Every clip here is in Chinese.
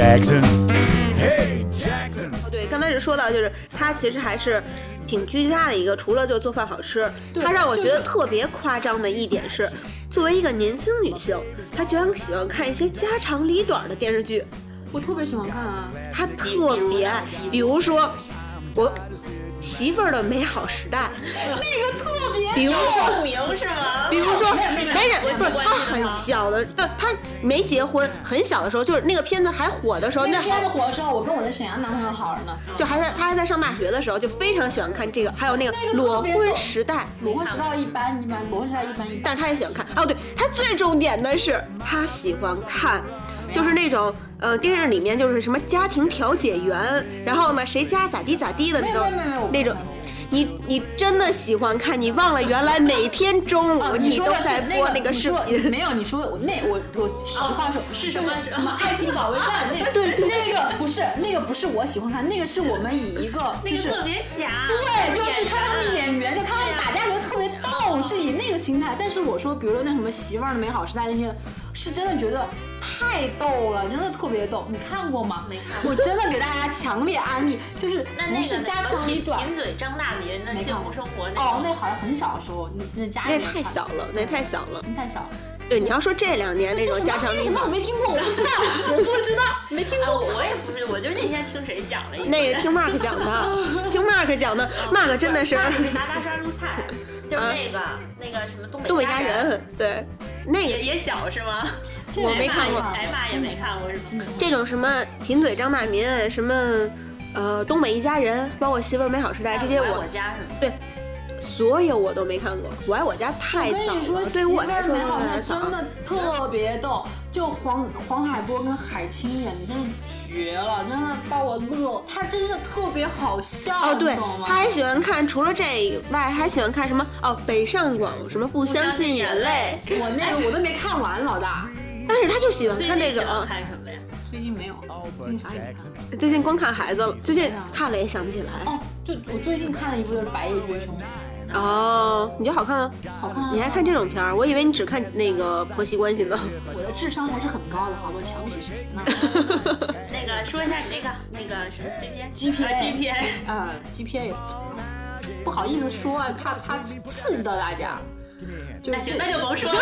Jackson. Hey Jackson. 对，刚开始说到就是他其实还是挺居家的一个，除了就做饭好吃，他让我觉得特别夸张的一点是，作为一个年轻女性，她居然喜欢看一些家长里短的电视剧。 我特别喜欢看啊， 她特别爱，比如说我媳妇儿的美好时代， 那个特别， 比如说名是吗？ 比如说没人不是他很小的，他没结婚，很小的时候，就是那个片子还火的时候， 那片子火的时候，我跟我在沈阳男朋友好着呢， 就他还在上大学的时候，就非常喜欢看这个，还有那个裸婚时代， 裸婚时代一般，裸婚时代一般， 但是他也喜欢看。哦，对，他最重点的是他喜欢看。就是那种电视里面就是什么家庭调解员，然后呢谁家咋地咋地的那种，你真的喜欢看，你忘了原来每天中午你都在播那个视频。 没有，你说我实话说是什么爱情保卫战那个？ 对， 那个不是我喜欢看，那个是我们以一个那个特别假， 对，就是看他们演员，就看他们打架觉得特别逗，是以那个心态。但是我说，比如说那什么媳妇儿的美好时代那些，是真的觉得太逗了，真的特别逗。你看过吗？ 没看过。 我真的给大家强烈安利，就是不是家长里短。 贫嘴张大民的幸福生活那哦，那好像很小的时候，那家里那太小了，那太小了， 太小了。 对，你要说这2年那种家长里短， 什么我没听过，我不知道，没听过。 我也不是，我就是那天听谁讲了一个。 那个听 Mark 讲的，听 Mark 讲的 ，Mark 真的是。 拿大杀猪菜，就是那个什么东北家人，对，那个也小是吗？ 我没看过， 挨骂也没看过，是这种什么贫嘴张大民，什么东北一家人，包括媳妇儿美好时代这些我家是吗？ 对。所有我都没看过，我爱我家太早了，对我来说有点早。 真的特别逗，就黄海波跟海清演的真的绝了，真的把我乐，他真的特别好笑。 哦，对，他还喜欢看，除了这以外，还喜欢看什么？哦，北上广什么不相信眼泪， 我那个我都没看完，老大。 但是他就喜欢看那种。 看什么呀？ 最近没有，最近啥也没看。 最近光看孩子了，最近看了也想不起来。 哦，就我最近看了一部就是《白夜追凶》。 哦，你觉得好看吗？ 好看。 你还看这种片儿？我以为你只看那个婆媳关系呢。 我的智商还是很高的，好多瞧不起谁呢？ 那个说一下那个什么 GPA 不好意思说，怕刺激到大家。 那行，那就甭说了。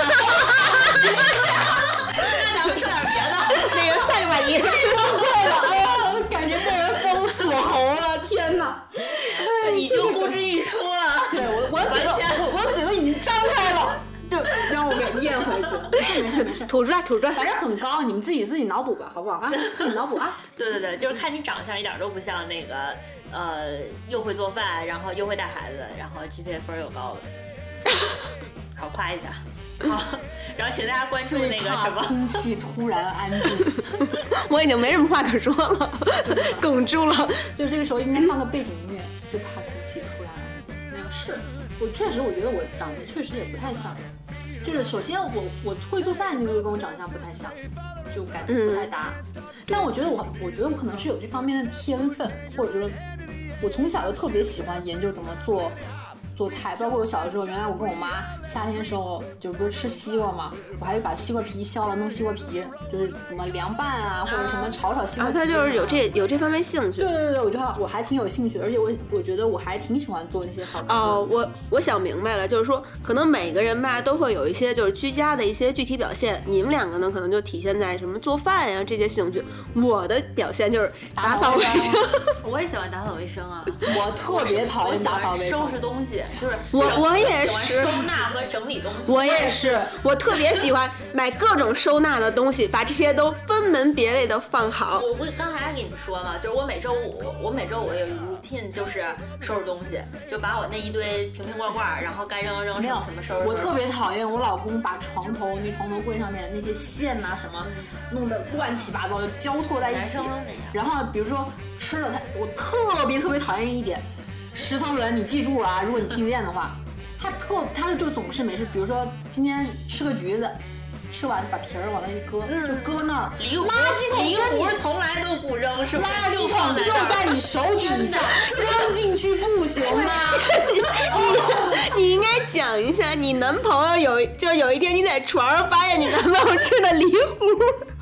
那咱们说点别的。 那个下一把音崩溃了，感觉被人封锁喉了，天哪！ 你就呼之欲出了。 对，我的嘴都已经张开了，就让我给咽回去。没事， 吐出来， 反正很高，你们自己脑补吧，好不好啊？自己脑补啊。 对，就是看你长相一点都不像那个又会做饭，然后又会带孩子，然后 GPA 分又高的。好，夸一下。好，然后请大家关注那个什么。 空气突然安静。 我已经没什么话可说了，哽住了。 就这个时候应该放个背景音乐，就怕空气突然安静。没有，是我确实，我觉得我长得确实也不太像。就是首先我会做饭，就是跟我长相不太像，就感觉不太搭。但我觉得我可能是有这方面的天分，或者说，我从小就特别喜欢研究怎么做菜，包括我小的时候，原来我跟我妈夏天的时候就不是吃西瓜嘛，我还是把西瓜皮削了弄西瓜皮，就是怎么凉拌啊，或者什么炒西瓜皮。 他就是有这方面兴趣。 对，我觉得我还挺有兴趣，而且我觉得我还挺喜欢做一些好吃的。 哦，我想明白了，就是说可能每个人吧都会有一些就是居家的一些具体表现，你们2个呢可能就体现在什么做饭呀这些兴趣。我的表现就是打扫卫生。 我也喜欢打扫卫生啊， 我特别讨厌打扫卫生， 收拾东西。就是我也是收纳和整理东西。 我也是，我特别喜欢买各种收纳的东西，把这些都分门别类的放好。 我不是刚才还跟你们说嘛，就是我每周五有 routine， 就是收拾东西，就把我那一堆瓶罐罐，然后该扔什么收拾。 我特别讨厌我老公把床头柜上面那些线啊什么弄得乱七八糟的交错在一起。然后比如说吃了我特别讨厌一点。食堂人，你记住了啊！如果你听见的话，他就总是没事，比如说今天吃个橘子，吃完把皮儿往那一搁，就搁那儿。垃圾桶从来都不扔，是吧？ 垃圾桶就在你手底下，扔进去不行吗？ 你应该讲一下，你男朋友有一天你在床上发现你男朋友吃的梨糊。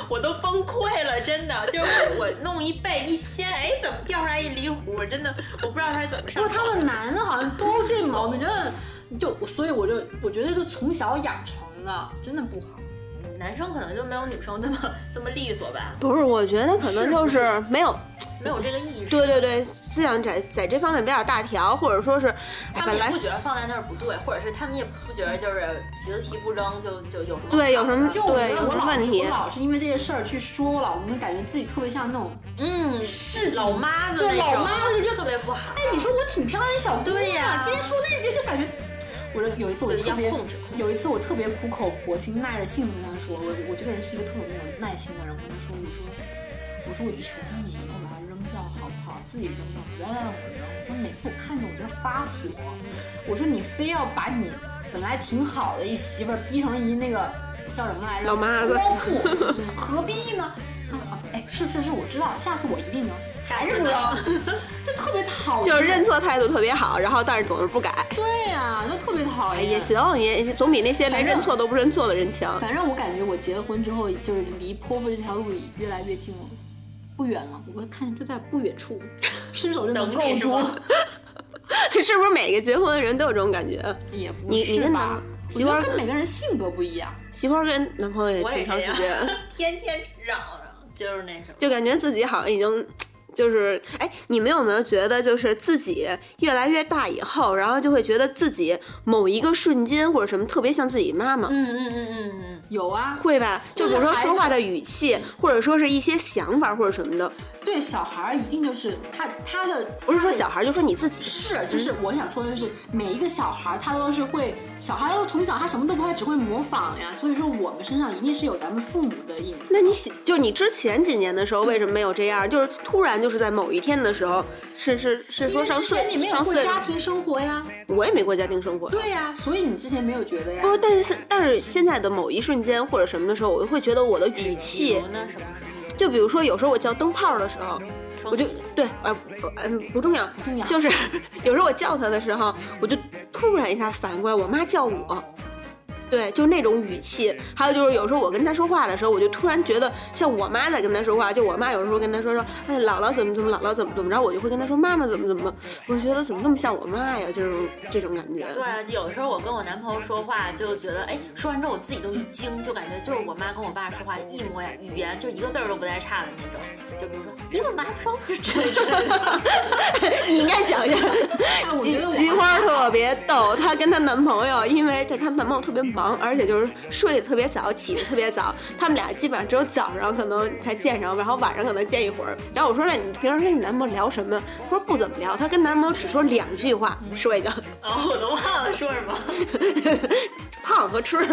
我都崩溃了，真的，就是我弄一背一掀，哎，怎么掉出来一离湖？我真的我不知道他是怎么上。 不是他们男的好像都这毛病，真的所以我觉得是从小养成的，真的不好。 男生可能就没有女生这么利索吧？ 不是，我觉得可能就是没有这个意识。 对，思想在这方面比较大条，或者说是他们也不觉得放在那儿不对，或者是他们也不觉得就是橘子皮不扔就有什么对有什么就我觉得问我老是因为这些事儿去说我老公，感觉自己特别像那种市井老妈子对老妈子就特别不好。 哎，你说我挺漂亮的小姑娘，天天说那些就感觉。有一次我特别苦口婆心耐着性子跟他说，我这个人是一个特别没有耐心的人，我跟他说我求求你以后把它扔掉好不好？自己扔掉，不要让我扔。我说每次我看着我就发火，我说你非要把你本来挺好的一媳妇儿逼成一那个叫什么来着？ 老妈子。 泼妇，何必呢？哎，是，我知道，下次我一定扔。还是不扔，就特别讨厌。 就是认错态度特别好，然后但是总是不改。 对呀，就特别讨厌。 也行，也总比那些连认错都不认错的人强。 反正我感觉我结了婚之后，就是离泼妇这条路越来越近了，不远了。我看见就在不远处，伸手就能够住。 是不是每个结婚的人都有这种感觉？ 也不是吧。 你跟媳妇儿跟每个人性格不一样。 媳妇儿跟男朋友也挺长时间， 天天嚷，就是那什么， 就感觉自己好像已经。就是哎，你们有没有觉得，就是自己越来越大以后，然后就会觉得自己某一个瞬间或者什么特别像自己妈妈？ 有啊， 会吧？就比如说说话的语气，或者说是一些想法或者什么的。 对，小孩一定就是他的， 不是说小孩，就说你自己就是我想说的是，每一个小孩他都是会，小孩都从小他什么都不会，只会模仿呀。所以说我们身上一定是有咱们父母的影子。 那你之前几年的时候为什么没有这样？就是突然就是在某一天的时候，是说上岁， 你没有过家庭生活呀？ 我也没过家庭生活。 对呀，所以你之前没有觉得呀？ 不是，但是现在的某一瞬间或者什么的时候，我就会觉得我的语气。就比如说，有时候我叫灯泡的时候，我就对，不重要，就是有时候我叫他的时候，我就突然一下反应过来，我妈叫我。对，就是那种语气。还有就是有时候我跟他说话的时候，我就突然觉得像我妈在跟他说话，就我妈有时候跟他说，哎，姥姥怎么，姥姥怎么，然后我就会跟他说妈妈怎么，我就觉得怎么那么像我妈呀，就是这种感觉。 对，有的时候我跟我男朋友说话，就觉得哎，说完之后我自己都一惊，就感觉就是我妈跟我爸说话一模一样，语言就一个字儿都不带差的那种。就比如说你怎么还不说？就真的。 你应该讲一下，菊花特别逗，她跟她男朋友，因为她男朋友特别忙。而且就是睡得特别早，起得特别早，他们俩基本上只有早上可能才见上，然后晚上可能见一会儿。然后我说，那你平时跟你男朋友聊什么？他说不怎么聊，他跟男朋友只说2句话，说一个。 哦，我都忘了说什么。 胖和吃。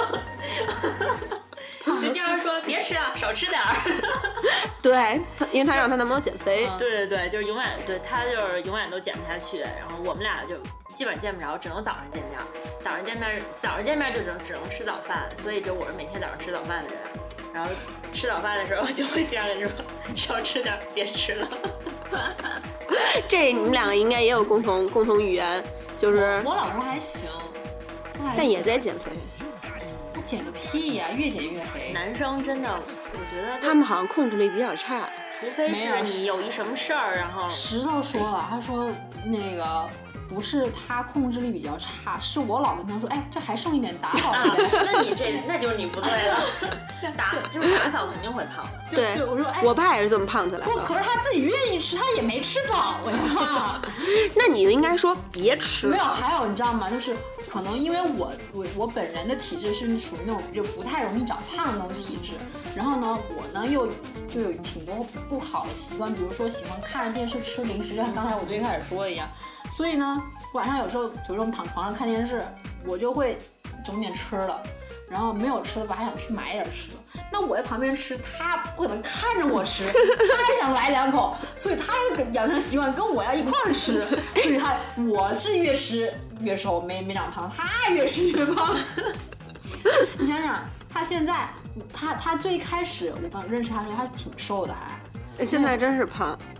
就经常说别吃啊，少吃点儿。 对，因为他让他男朋友减肥。 对，就是永远对他就是永远都减不下去，然后我们俩就基本上见不着，只能早上见面。早上见面就只能吃早饭，所以就我是每天早上吃早饭的人。然后吃早饭的时候就会这样跟你说，少吃点，别吃了。 这你们两个应该也有共同语言，就是我老公还行， 但也在减肥。 他减个屁呀，越减越肥。 男生真的，我觉得他们好像控制力比较差， 除非是你有一什么事儿，然后石头说了，他说那个。不是他控制力比较差，是我老跟他说，哎，这还剩一点打扫呗。 那就是你不对了。就是打扫肯定会胖的。 对， 我说，哎， 我爸也是这么胖起来的。 不，可是他自己愿意吃，他也没吃饱呀。 那你就应该说别吃。 没有，还有你知道吗？就是可能因为我本人的体质是属于那种就不太容易长胖的那种体质，然后呢，我呢又就有挺多不好的习惯，比如说喜欢看着电视吃零食，就像刚才我最开始说的一样。所以呢，晚上有时候，比如说我们躺床上看电视，我就会整点吃的，然后没有吃的吧，还想去买点吃的。那我在旁边吃，他不可能看着我吃，他也想来2口，所以他就养成习惯跟我要一块儿吃。所以我是越吃越瘦，没长胖，他越吃越胖。你想想，他现在，他最开始我刚认识他的时候，他挺瘦的还， 现在真是胖。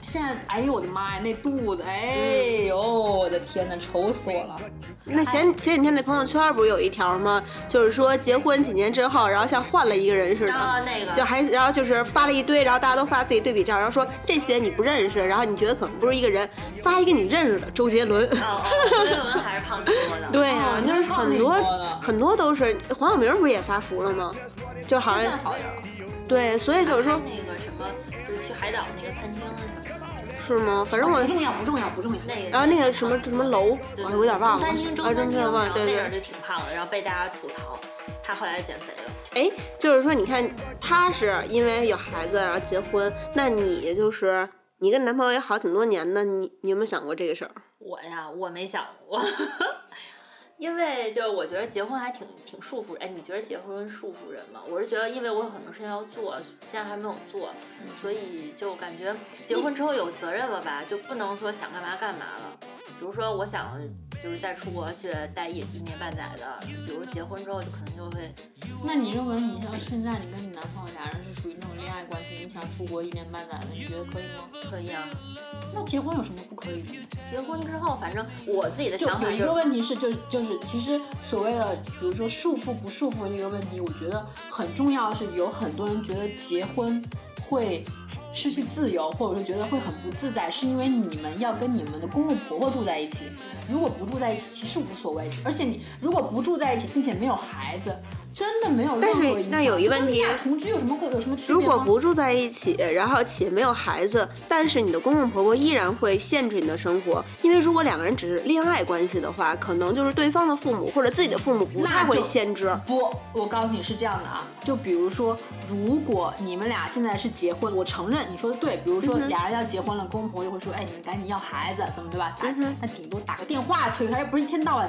现在，哎呦我的妈呀，那肚子，哎呦我的天哪，愁死我了。 那前几天那朋友圈不是有一条吗？就是说结婚几年之后，然后像换了一个人似的， 那个就然后就是发了一堆，然后大家都发自己对比照，然后说这些你不认识，然后你觉得可能不是一个人，发一个你认识的周杰伦。 周杰伦还是胖挺多的。 对啊，就是很多都是黄晓明不是也发福了吗？就好像好点了。 对，所以就是说那个什么，就是去海岛那个餐厅什么的。 是吗？反正我不重要。 那个， 然后那个什么楼，我有点忘了。 中餐厅， 忘了，对对。 那人就挺胖的，然后被大家吐槽，他后来减肥了。 哎，就是说，你看他是因为有孩子然后结婚，那你就是你跟男朋友也好挺多年的，你有没有想过这个事儿？ 我没想过。因为就我觉得结婚还挺束缚，哎，你觉得结婚束缚人吗？我是觉得，因为我有很多事情要做，现在还没有做，所以就感觉结婚之后有责任了吧，就不能说想干嘛干嘛了。比如说，我想就是再出国去待一年半载的，比如结婚之后就可能就会。 那你认为你像现在你跟你男朋友俩人是属于那种恋爱关系，你想出国1年半载的，你觉得可以吗？ 可以啊。 那结婚有什么不可以的？ 结婚之后，反正我自己的想法有一个问题是，就是其实所谓的，比如说束缚不束缚这个问题，我觉得很重要的是，有很多人觉得结婚会失去自由，或者说觉得会很不自在，是因为你们要跟你们的公公婆婆住在一起。如果不住在一起，其实无所谓。而且你如果不住在一起，并且没有孩子，真的没有任何影响。 但是那有一问题， 同居有什么区别吗？ 如果不住在一起，然后且没有孩子，但是你的公公婆婆依然会限制你的生活，因为如果两个人只是恋爱关系的话，可能就是对方的父母或者自己的父母不太会限制。 不，我告诉你是这样的啊，就比如说，如果你们俩现在是结婚，我承认你说的对，比如说俩人要结婚了，公公婆婆就会说，哎，你们赶紧要孩子，怎么对吧？那顶多打个电话催他，又不是一天到晚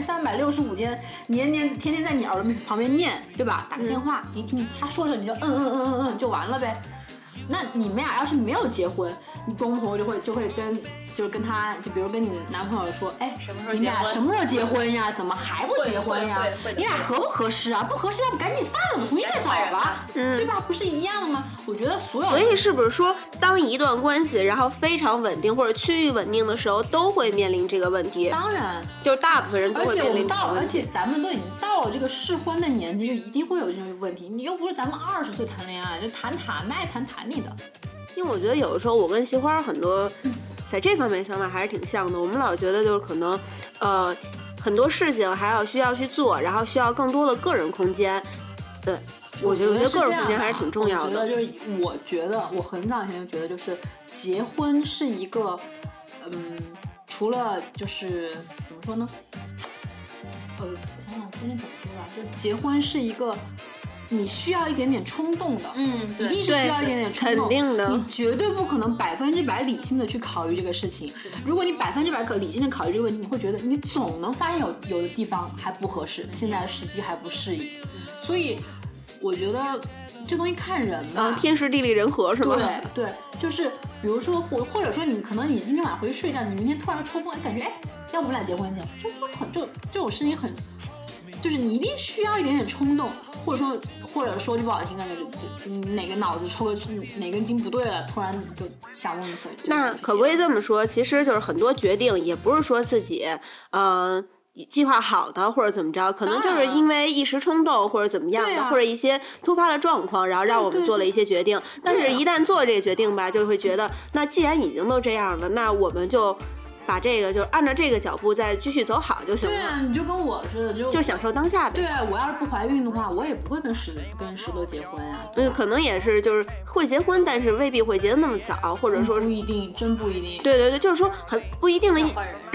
365天，年天天在你耳朵旁边念，对吧？打个电话，你听他说着你就就完了呗。那你们俩要是没有结婚，你公公婆婆就会跟他，就比如跟你男朋友说，哎，你们俩什么时候结婚呀？怎么还不结婚呀？你俩合不合适啊？不合适，要不赶紧散了吧，重新再找吧，对吧？不是一样的吗？我觉得所以是不是说，当一段关系然后非常稳定或者趋于稳定的时候，都会面临这个问题？ 当然， 就是大部分人都会面临这个问题。 而且咱们都已经到了这个适婚的年纪，就一定会有这种问题。你又不是咱们20岁谈恋爱，就谈你的。 因为我觉得有的时候我跟西花很多在这方面想法还是挺像的，我们老觉得就是可能很多事情还需要去做，然后需要更多的个人空间。对，我觉得个人空间还是挺重要的。 我觉得我很早以前就觉得，就是结婚是一个除了就是怎么说呢？我想想今天怎么说吧，就结婚是一个你需要一点点冲动的， 对， 一定是需要一点点冲动， 肯定的， 你绝对不可能100%理性的去考虑这个事情。如果你100%理性的考虑这个问题，你会觉得你总能发现有的地方还不合适，现在的时机还不适宜。所以我觉得这东西看人吧， 天时地利人和是吗？ 对，就是比如说或者说你可能你今天晚上回去睡觉，你明天突然抽风，感觉要不来结婚去，就这种事情很。就是你一定需要一点点冲动，或者说句不好听的，就是哪个脑子抽个哪根筋不对了，突然就想问一下。 那可不可以这么说？其实就是很多决定也不是说自己计划好的或者怎么着，可能就是因为一时冲动或者怎么样的，或者一些突发的状况，然后让我们做了一些决定。但是一旦做了这个决定吧，就会觉得那既然已经都这样了，那我们就把这个就按照这个脚步再继续走好就行了。 对啊，你就跟我似的，就享受当下呗。 对啊，我要是不怀孕的话，我也不会跟石头结婚啊。 可能也是就是会结婚，但是未必会结得那么早，或者说不一定，真不一定。 对，就是说很不一定的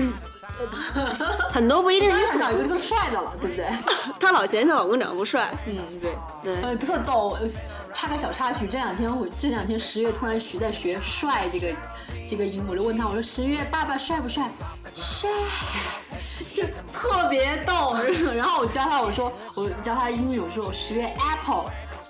很多不一定的因素。 找一个更帅的了，对不对？ 她老嫌她老公长得不帅。 对，特逗。插个小插曲，这两天10月突然在学帅这个音，我就问他，我说10月爸爸帅不帅？帅，就特别逗。然后我教他英语，我说我10月 apple，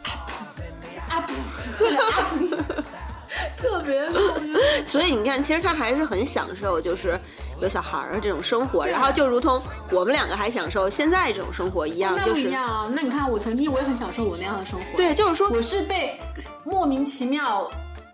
特别逗。 所以你看，其实他还是很享受，就是有小孩的这种生活，然后就如同我们两个还享受现在这种生活一样，就是不一样啊。那你看，我也很享受我那样的生活。 对，就是说我是被莫名其妙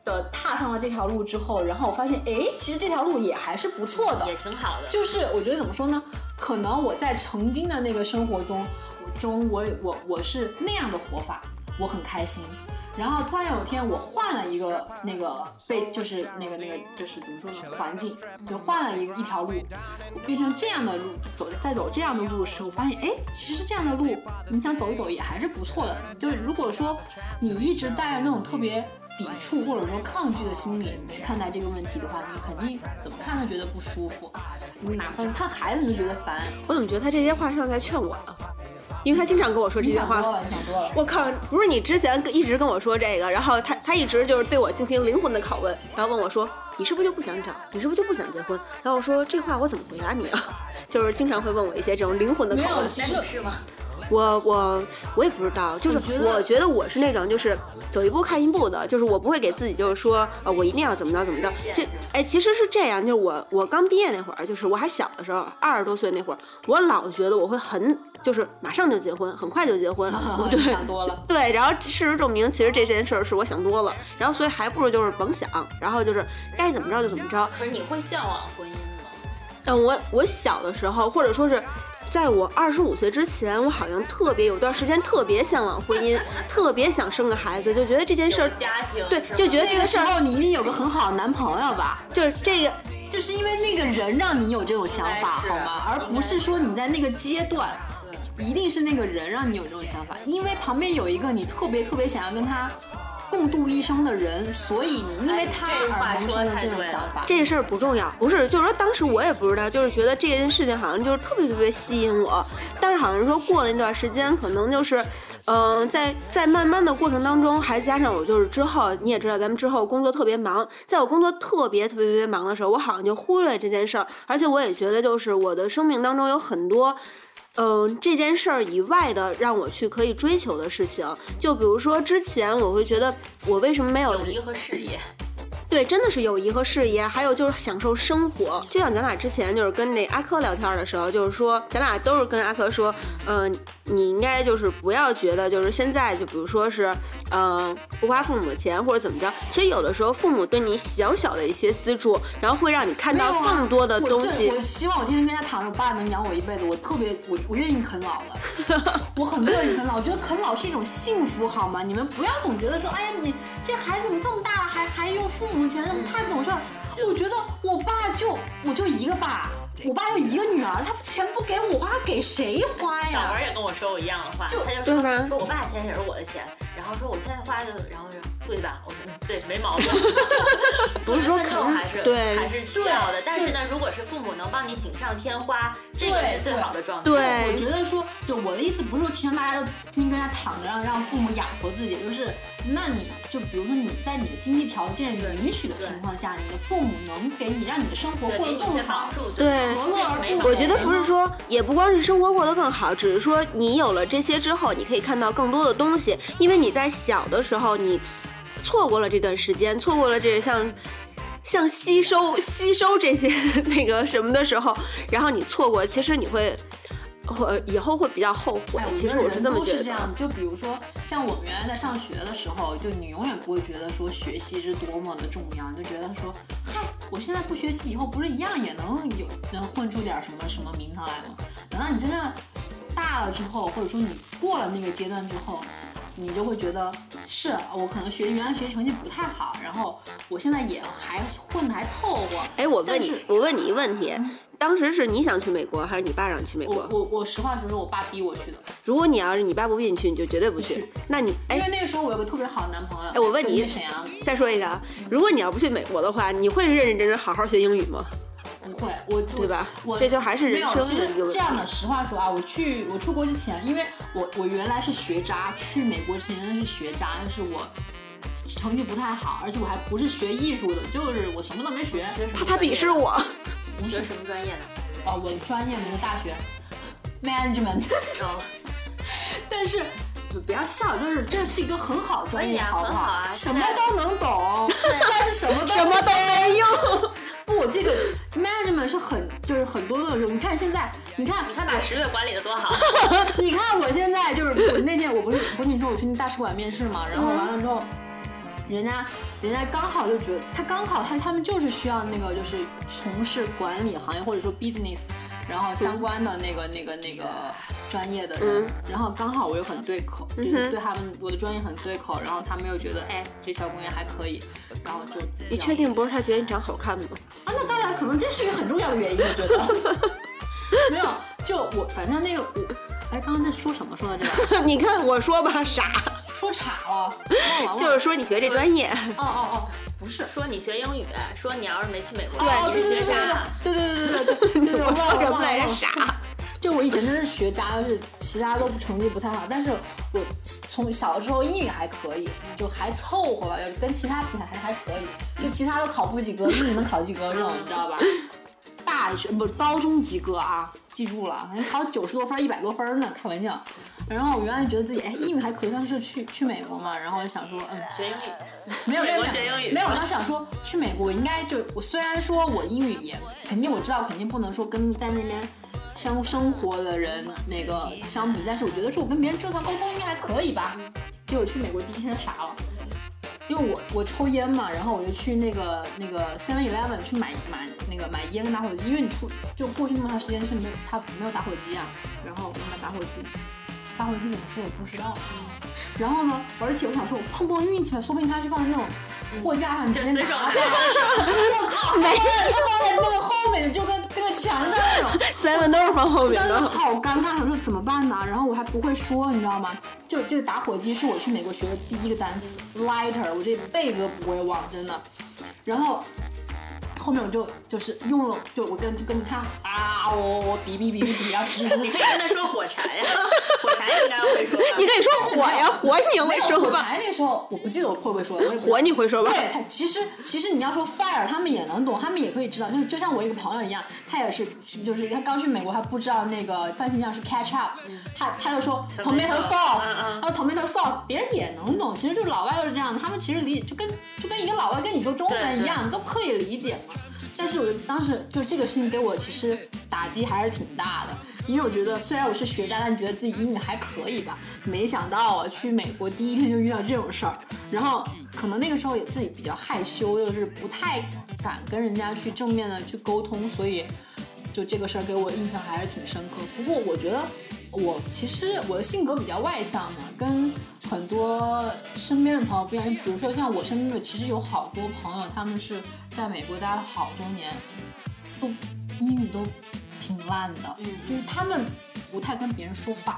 的踏上了这条路之后，然后我发现，哎，其实这条路也还是不错的， 也挺好的。 就是我觉得怎么说呢？可能我在曾经的那个生活中，我是那样的活法，我很开心。然后突然有一天，我换了一个就是那个就是怎么说呢？环境就换了一条路，我变成这样的路，在走这样的路的时候，我发现，哎，其实这样的路你想走一走也还是不错的。就是如果说你一直带着那种特别抵触或者说抗拒的心理去看待这个问题的话，你肯定怎么看都觉得不舒服，你哪怕看孩子你都觉得烦。 我怎么觉得他这些话是在劝我呢？因为他经常跟我说这些话。 你想多了。 我靠，不是你之前一直跟我说这个，然后他一直就是对我进行灵魂的拷问，然后问我说你是不是就不想找，你是不是就不想结婚？然后我说这话我怎么回答你啊？就是经常会问我一些这种灵魂的拷问。 没有，其实是吗？ 我也不知道，就是我觉得我是那种就是走一步看一步的，就是我不会给自己就是说我一定要怎么着怎么着。其实是这样，就是我刚毕业那会儿，就是我还小的时候，20多岁那会儿，我老觉得我会就是马上就结婚，很快就结婚。对， 想多了。 对，然后事实证明，其实这件事儿是我想多了，然后所以还不如就是甭想，然后就是该怎么着就怎么着。 可是你会向往婚姻吗？ 我小的时候，或者说是在我25岁之前，我好像有段时间特别向往婚姻，特别想生个孩子，就觉得这件事儿， 家庭对，就觉得这个事儿， 你一定有个很好的男朋友吧？ 就是这个。 就是因为那个人让你有这种想法，好吗？而不是说你在那个阶段，一定是那个人让你有这种想法，因为旁边有一个你特别特别想要跟他共度一生的人，所以你因为他而萌生了这种想法。 这个事儿不重要，不是，就是说当时我也不知道，就是觉得这件事情好像就是特别特别吸引我，但是好像说过了那段时间，可能就是，在慢慢的过程当中，还加上我就是之后你也知道，咱们之后工作特别忙，在我工作特别忙的时候，我好像就忽略了这件事儿，而且我也觉得就是我的生命当中有很多。这件事儿以外的让我去可以追求的事情，就比如说之前我会觉得我为什么没有友谊和事业。 对，真的是友谊和事业，还有就是享受生活。就像咱俩之前就是跟那阿珂聊天的时候，就是说咱俩都是跟阿珂说，你应该就是不要觉得就是现在就比如说是，不花父母的钱或者怎么着。其实有的时候父母对你小小的一些资助，然后会让你看到更多的东西。 我希望我天天跟他躺着，我爸能养我一辈子，我愿意啃老了，我很乐意啃老。我觉得啃老是一种幸福，好吗？你们不要总觉得说，哎呀，你这孩子怎么这么大了，还用父母钱，怎么太不懂事儿？我觉得我爸我就一个爸。我爸就一个女儿，他钱不给我花，给谁花呀？ 小文也跟我说过一样的话，他就说我爸钱也是我的钱，然后说我现在花的，然后对吧？我说对，没毛病。 不是说还是需要的，但是呢，如果是父母能帮你锦上添花，这个是最好的状态。 对， 我觉得说，就我的意思不是说提倡大家都天天跟他躺着，让父母养活自己，就是那你就比如说你在你的经济条件允许的情况下，你的父母能给你让你的生活过得更好， 对。我觉得不是说，也不光是生活过得更好，只是说你有了这些之后，你可以看到更多的东西。因为你在小的时候，你错过了这段时间，错过了这像吸收这些那个什么的时候，然后你错过，其实你会。以后会比较后悔。其实我是这么觉得。 是这样，就比如说像我们原来在上学的时候，就你永远不会觉得说学习是多么的重要，就觉得说，嗨，我现在不学习，以后不是一样也能混出点什么名堂来吗？等到你真的大了之后，或者说你过了那个阶段之后，你就会觉得是我可能原来学习成绩不太好，然后我现在也还混得还凑合。 哎，我问你一个问题。当时是你想去美国，还是你爸让你去美国？ 我实话实说，我爸逼我去的。 如果你爸不逼你去，你就绝对不去。那你因为那个时候我有个特别好的男朋友。 哎，我问你，再说一下，如果你要不去美国的话，你会认认真真好好学英语吗？ 不会， 对吧？这就还是人生的一个问题。 这样的，实话说啊，我出国之前，因为我原来是学渣，去美国之前真的是学渣，但是我成绩不太好，而且我还不是学艺术的，就是我什么都没学。 他鄙视我。 你学什么专业的？ 我的专业是大学 management。但是不要笑，就是这是一个很好的专业，好不好？ 啊， 什么都能懂，但是什么都没用。 不，我这个 management 是就是很多的。你看现在，你看把10月管理的多好。 你看我现在就是我那天我不是跟你说我去那大使馆面试嘛，然后完了之后。 人家刚好就觉得他们就是需要那个就是从事管理行业或者说 business， 然后相关的那个专业的人，然后刚好我又很对口，就是对他们我的专业很对口，然后他们又觉得这小姑娘还可以，然后就你确定不是他觉得你长好看吗？ 啊，那当然可能这是一个很重要的原因，我觉得没有，就我反正那个我刚刚在说什么？说到这个， 你看我说吧，傻， 说岔了，忘了， 就是说你学这专业， 哦，不是说你学英语，说你要是没去美国， 对， 你是学渣， 对， 我说什么来着？傻。 就我以前真的是学渣，就是其他都成绩不太好，但是我从小的时候英语还可以，就还凑合吧，就跟其他比还可以，就其他都考不及格，英语能考及格这种，你知道吧？大学不高中及格啊，记住了，还考90多分、100多分呢，开玩笑。然后我原来觉得自己英语还可以，但是去美国嘛，然后我就想说学英语， 没有学英语， 没有，我想说去美国应该就我虽然说我英语也肯定我知道肯定不能说跟在那边生活的人那个相比，但是我觉得说我跟别人正常沟通应该还可以吧。结果去美国第一天傻了，因为我抽烟嘛，然后我就去那个 7-Eleven 去买烟跟打火机，因为你就过去那么长时间是没有打火机啊，然后我买打火机怎么说我不知道。然后呢，而且我想说我碰碰运气吧，说不定它是放在那种货架上，你直接拿的。我靠，没有，它放在那个后面，就跟那个墙上那种。 7-Eleven 都是放后面的。 好尴尬，我说怎么办呢？然后我还不会说，你知道吗？就这个打火机是我去美国学的第一个单词 ，lighter， 我这辈子都不会忘，真的。然后后面我就是用了，就我跟你看啊，我比啊， 你可以跟他说火柴呀，火柴应该会说吧。 你可以说火呀，火你也会说吧？ 火柴那时候我不记得我会不会说， 火你会说吧？ 对，其实你要说 fire， 他们也能懂，他们也可以知道，就像我一个朋友一样，他也是，就是他刚去美国，他不知道那个番茄酱是 ketchup， 他就说 tomato sauce， 他说 tomato sauce， 别人也能懂，其实就是老外就是这样，他们其实理解就跟一个老外跟你说中文一样，都可以理解嘛。但是我当时就是这个事情给我其实打击还是挺大的，因为我觉得虽然我是学渣，但觉得自己英语还可以吧，没想到我去美国第一天就遇到这种事儿，然后可能那个时候也自己比较害羞，就是不太敢跟人家去正面的去沟通，所以就这个事儿给我印象还是挺深刻。不过我觉得其实我的性格比较外向嘛，跟很多身边的朋友不一样。比如说像我身边其实有好多朋友，他们是在美国待了好多年，都英语都挺烂的，就是他们不太跟别人说话，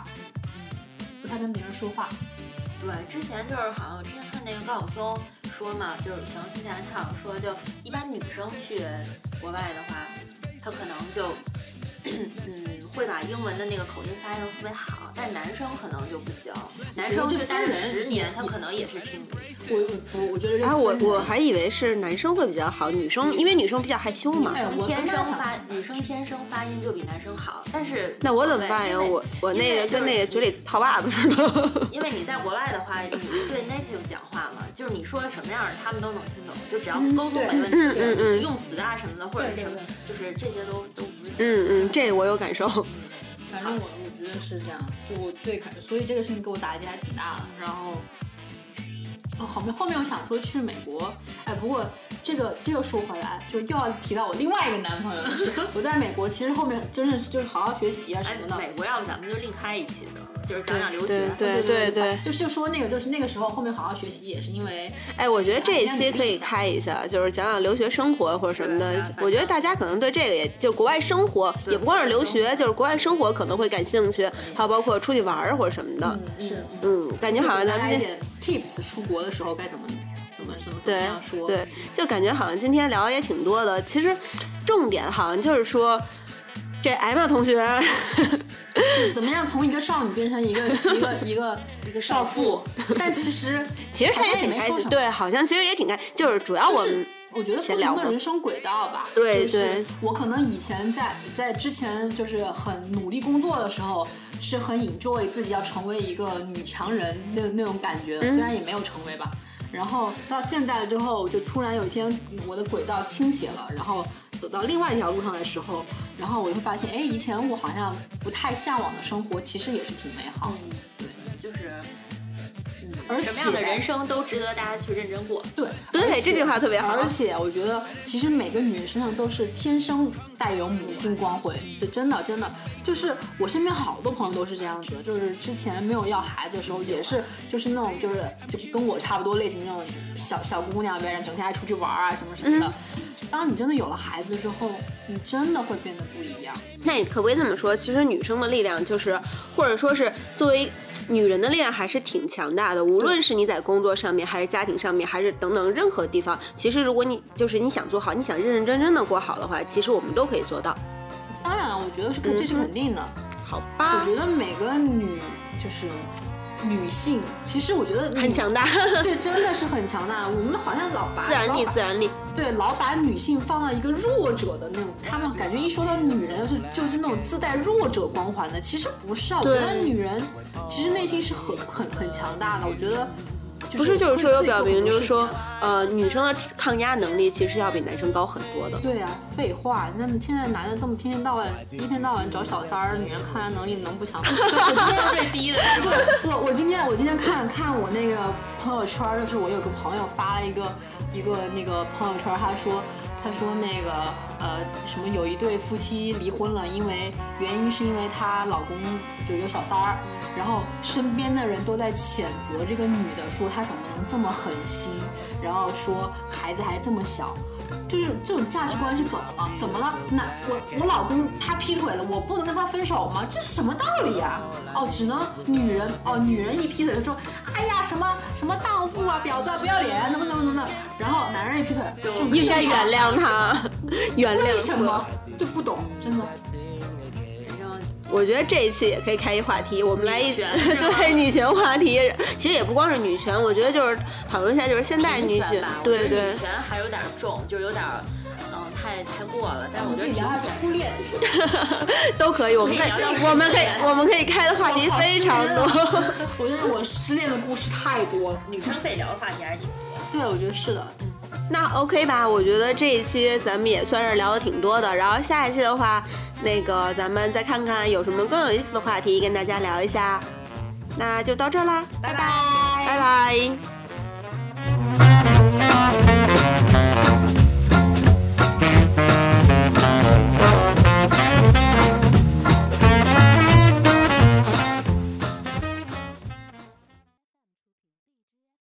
对，之前就是好像我之前看那个高晓松说嘛，就是之前他好像说，就一般女生去国外的话，她可能就会把英文的那个口音发音特别好，但是男生可能就不行，男生就待了10年，他可能也是听不。 我觉得我还以为是男生会比较好，女生因为女生比较害羞嘛。 女生天生发音就比男生好，但是那我怎么办呀？我那个跟那个嘴里套袜子似的。 因为你在国外的话，你对 native 讲话嘛，就是你说什么样他们都能听懂，就只要沟通没问题，用词啊什么的或者什么，就是这些都不是。 这我有感受。 反正我觉得是这样，就我最开始，所以这个事情给我打击还挺大的。然后，后面我想说去美国，不过这个说回来，就又要提到我另外一个男朋友，就是我在美国，其实后面真的是就是好好学习啊什么的。 美国要不咱们就另开一期的。就是讲讲留学， 对， 就说那个，就是那个时候后面好好学习也是因为， 我觉得这一期可以开一下，就是讲讲留学生活或者什么的。我觉得大家可能对这个也就国外生活，也不光是留学，就是国外生活可能会感兴趣，还有包括出去玩或者什么的。感觉好像咱们一点 tips 出国的时候该怎么样说？ 对，就感觉好像今天聊的也挺多的。其实重点好像就是说，这Emma同学。 怎么样从一个少女变成一个少妇？但其实她也挺开心，对，好像其实也挺开心，就是主要我们我觉得不同的人生轨道吧。 对， 我可能以前在之前就是很努力工作的时候，是很 enjoy 自己要成为一个女强人那种感觉，虽然也没有成为吧。然后到现在之后，就突然有一天我的轨道倾斜了，然后走到另外一条路上的时候，然后我就发现，以前我好像不太向往的生活，其实也是挺美好的。 对，就是， 而且什么样的人生都值得大家去认真过。 对对，这句话特别好。 而且我觉得，其实每个女人身上都是天生带有母性光辉，就真的，就是我身边好多朋友都是这样子，就是之前没有要孩子的时候，也是就是那种就跟我差不多类型那种小姑娘呗，整天还出去玩啊什么的。当你真的有了孩子之后，你真的会变得不一样。 那你可不可以这么说？其实女生的力量就是，或者说是作为女人的力量还是挺强大的。无论是你在工作上面，还是家庭上面，还是等等任何地方，其实如果你想做好，你想认认真真的过好的话，其实我们都可以做到。 当然，我觉得这是肯定的。 好吧。 我觉得每个女性，其实我觉得很强大。 对，真的是很强大。我们好像老把自然力。 对，老把女性放到一个弱者的那种，他们感觉一说到女人就是那种自带弱者光环的，其实不是啊。我觉得女人其实内心是很强大的。我觉得不是，就是说有表明，就是说女生的抗压能力其实要比男生高很多的。 对啊，废话，那你现在男的这么一天到晚找小三儿，女人抗压能力能不强吗？ 我今天最低的。 我今天看我那个朋友圈，就是我有个朋友发了一个那个朋友圈，他说那个什么有一对夫妻离婚了，原因是因为她老公就有小三儿，然后身边的人都在谴责这个女的，说她怎么能这么狠心，然后说孩子还这么小。就是这种价值观是怎么了？那我老公他劈腿了，我不能跟他分手吗？这是什么道理啊？只能女人一劈腿就说，哎呀什么荡妇啊，婊子啊，不要脸，怎么，然后男人一劈腿就应该原谅他，原谅。 为什么就不懂？真的。 我觉得这一期也可以开一话题，我们来对女权话题。其实也不光是女权，我觉得就是讨论一下，就是现代女权。对， 女权还有点重，就是有点太过了。但是我觉得聊下初恋都可以，我们可以开的话题非常多。 我觉得我失恋的故事太多了， 女生可以聊的话题还是挺多。 对，我觉得是的。 那 OK 吧，我觉得这一期咱们也算是聊的挺多的，然后下一期的话，那个咱们再看看有什么更有意思的话题跟大家聊一下。那就到这啦， 拜拜， 拜拜。